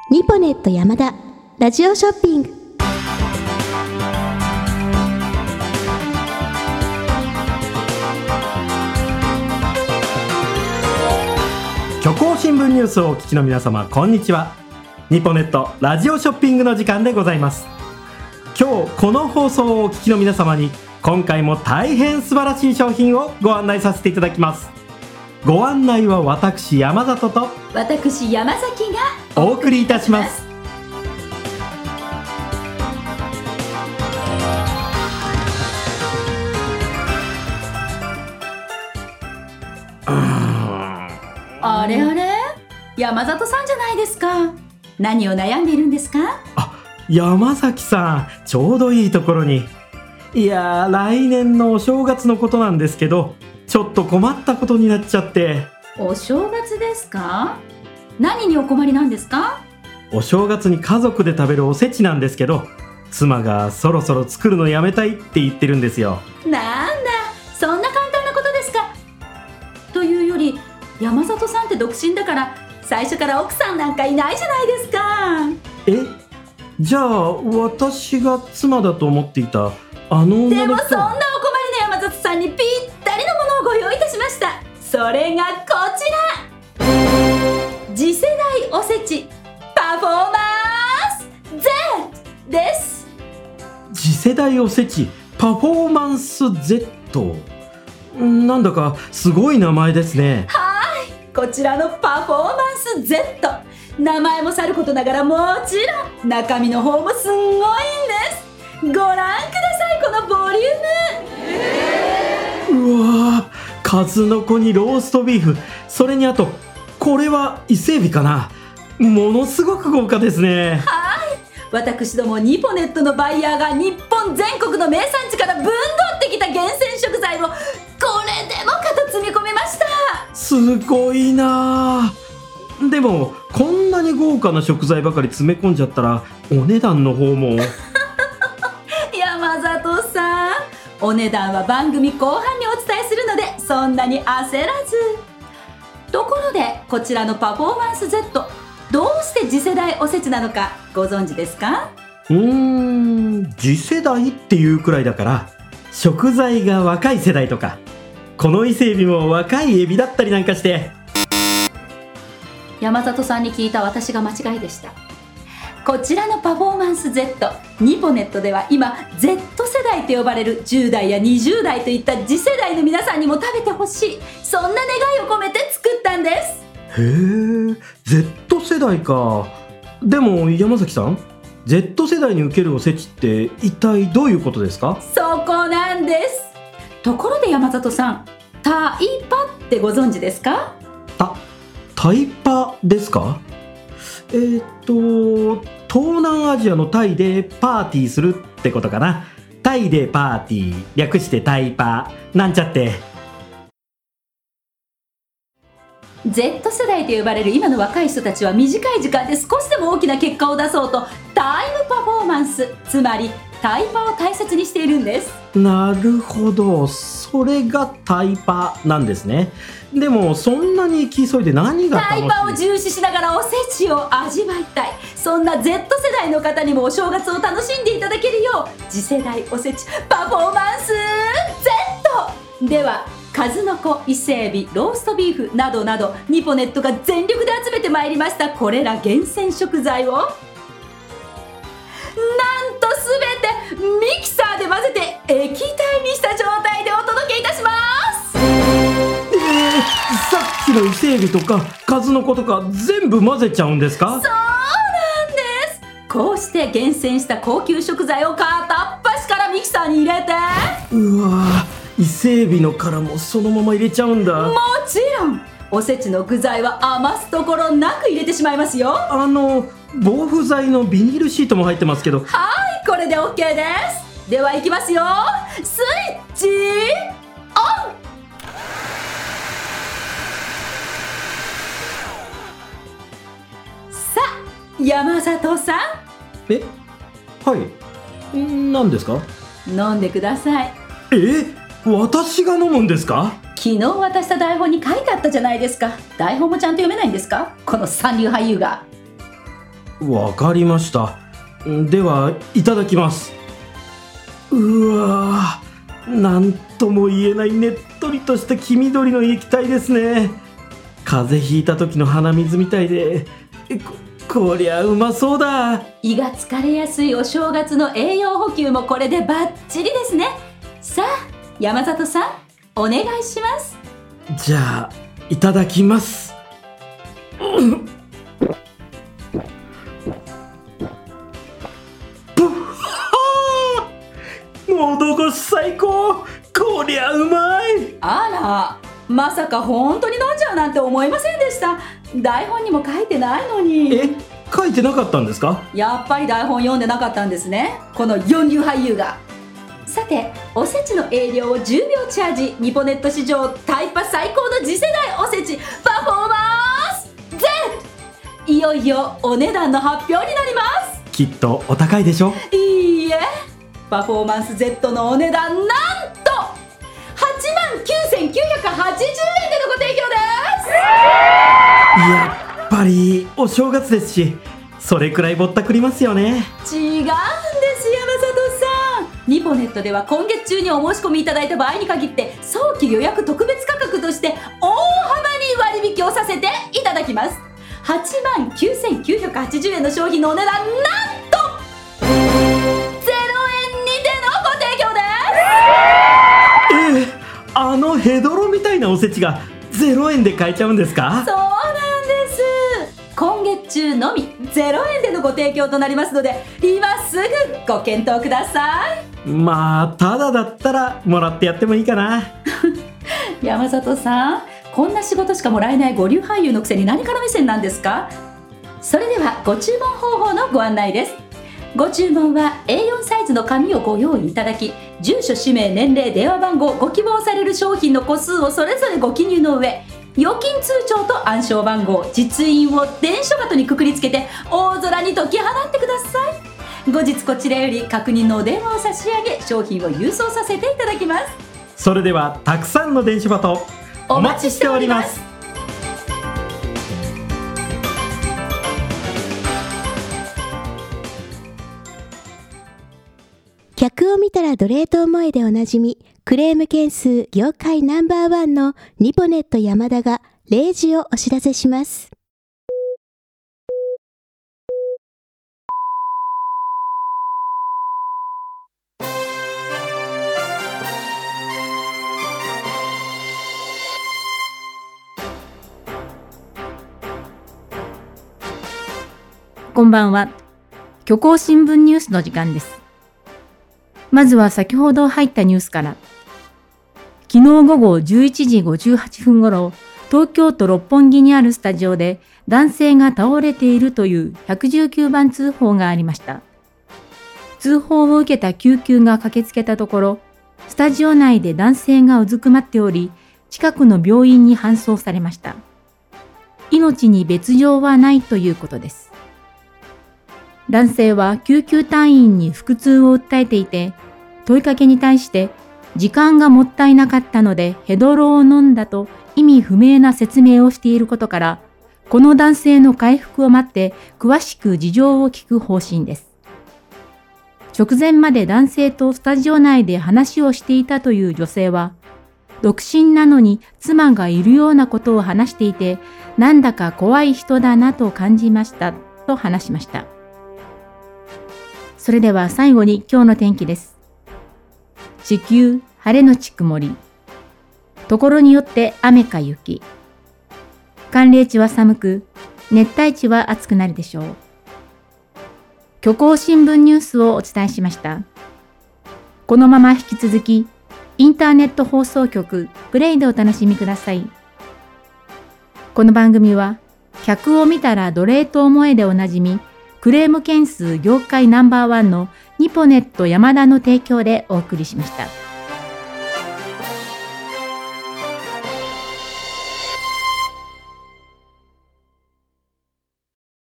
ニポネット山田ラジオショッピング。 虚構新聞ニュースをお聞きの皆様、こんにちは。ニポネットラジオショッピングの時間でございます。今日この放送をお聞きの皆様に、今回も大変素晴らしい商品をご案内させていただきます。ご案内は私山里と私山崎がお送りいたします。 あれあれ、山里さんじゃないですか。何を悩んでいるんですか？ 山崎さん、ちょうどいいところに。いやー、来年のお正月のことなんですけど、ちょっと困ったことになっちゃって。 お正月ですか？何にお困りなんですか？ お正月に家族で食べるおせちなんですけど、妻がそろそろ作るのやめたいって言ってるんですよ。 なんだ、そんな簡単なことですか。というより、山里さんって独身だから最初から奥さんなんかいないじゃないですか。 じゃあ私が妻だと思っていたあの女の人。 でもそんなお困りの山里さんにぴったりのものをご用意いたしました。それがこちら、次世代おせちパフォーマンス Z です。 次世代おせちパフォーマンス Z。 なんだかすごい名前ですね。 はい、こちらのパフォーマンス Z、 名前もさることながら、もちろん中身の方もすんごいんです。ご覧ください、このボリューム。 うわー、数の子にローストビーフ、それにあとこれは伊勢海老かな。ものすごく豪華ですね。 はい、私どもニポネットのバイヤーが日本全国の名産地からぶんどってきた厳選食材をこれでもかと積み込みました。 すごいな。でもこんなに豪華な食材ばかり詰め込んじゃったら、お値段の方も山里さん、お値段は番組後半にお伝えするので、そんなに焦らず。ところで、こちらのパフォーマンス Z、 どうして次世代おせちなのかご存知ですか？ 次世代っていうくらいだから、食材が若い世代とか、この伊勢海老も若いエビだったりなんかして。 山里さんに聞いた私が間違いでした。こちらのパフォーマンス Z、 ニポネットでは今 Z 世代と呼ばれる10代や20代といった次世代の皆さんにも食べてほしい、そんな願いを込めて作ったんです。 へー、Z 世代か。でも山崎さん、 Z 世代に受けるおせちって一体どういうことですか？ そこなんです。ところで山里さん、タイパってご存知ですか？ タイパですか？東南アジアのタイでパーティーするってことかな。タイでパーティー、略してタイパなんちゃって。 Z 世代と呼ばれる今の若い人たちは、短い時間で少しでも大きな結果を出そうとタイムパフォーマンス、つまりタイパを大切にしているんです。 なるほど、それがタイパなんですね。でもそんなに行き急いで何が楽しい？ タイパを重視しながらおせちを味わいたい、そんな Z 世代の方にもお正月を楽しんでいただけるよう、次世代おせちパフォーマンス Z では、数の子、伊勢海老、ローストビーフなどなど、ニポネットが全力で集めてまいりましたこれら厳選食材を、なんとすべてミキサーで混ぜて液体にした状態でお届けいたします。 さっきの伊勢海老とか数の子とか全部混ぜちゃうんですか？ そうなんです。こうして厳選した高級食材を片っ端からミキサーに入れて、 うわー、伊勢海老の殻もそのまま入れちゃうんだ。 もちろんおせちの具材は余すところなく入れてしまいますよ。 防腐剤のビニールシートも入ってますけど。 はい、これで OK です。ではいきますよ、スイッチオン。さあ山里さん、 はい、何ですか？ 飲んでください。 私が飲むんですか？ 昨日渡した台本に書いてあったじゃないですか。台本もちゃんと読めないんですか、この三流俳優が。 わかりました。ではいただきます。うわー、なんとも言えないねっとりとした黄緑の液体ですね。風邪ひいた時の鼻水みたいで、こりゃうまそうだ。 胃が疲れやすいお正月の栄養補給もこれでバッチリですね。さあ山里さん、お願いします。 じゃあいただきます。喉越し最高。こりゃうまい。 あら、まさか本当に飲んじゃうなんて思いませんでした。台本にも書いてないのに。 書いてなかったんですか？ やっぱり台本読んでなかったんですね、この四流俳優が。さて、おせちの栄養を10秒チャージ、ニポネット史上タイパ最高の次世代おせちパフォーマンス Z。 いよいよお値段の発表になります。 きっとお高いでしょ？ いいえ、パフォーマンス Z のお値段なんと89,980円でのご提供です。 やっぱりお正月ですし、それくらいぼったくりますよね。 違うんです山里さん。ニポネットでは今月中にお申し込みいただいた場合に限って早期予約特別価格として大幅に割引をさせていただきます。89,980円の商品のお値段なんと0円にてのご提供です。 あのヘドロみたいなおせちが0円で買えちゃうんですか？ そうなんです。今月中のみ0円でのご提供となりますので、今すぐご検討ください。 まあただだったらもらってやってもいいかな。 山里さん、こんな仕事しかもらえない五流俳優のくせに何から目線なんですか？それではご注文方法のご案内です。ご注文は A4 サイズの紙をご用意いただき、住所、氏名、年齢、電話番号、ご希望される商品の個数をそれぞれご記入の上、預金通帳と暗証番号、実印を電書鳩にくくりつけて大空に解き放ってください。後日こちらより確認のお電話を差し上げ、商品を郵送させていただきます。 それではたくさんの電書鳩お待ちしております。 客を見たら奴隷と思えでおなじみ、クレーム件数業界ナンバー1のニポネット山田が例示をお知らせします。 こんばんは。虚構新聞ニュースの時間です。まずは先ほど入ったニュースから。昨日午後11時58分ごろ、東京都六本木にあるスタジオで男性が倒れているという119番通報がありました。通報を受けた救急が駆けつけたところ、スタジオ内で男性がうずくまっており、近くの病院に搬送されました。命に別状はないということです。男性は救急隊員に腹痛を訴えていて、問いかけに対して時間がもったいなかったのでヘドロを飲んだと意味不明な説明をしていることから、この男性の回復を待って詳しく事情を聞く方針です。直前まで男性とスタジオ内で話をしていたという女性は、独身なのに妻がいるようなことを話していて、なんだか怖い人だなと感じましたと話しました。それでは最後に今日の天気です。地球晴れのち曇り。ところによって雨か雪。寒冷地は寒く、熱帯地は暑くなるでしょう。虚構新聞ニュースをお伝えしました。このまま引き続き、インターネット放送局プレイでお楽しみください。この番組は、客を見たら奴隷と思えでおなじみ、クレーム件数業界ナンバー1のニポネット山田の提供でお送りしました。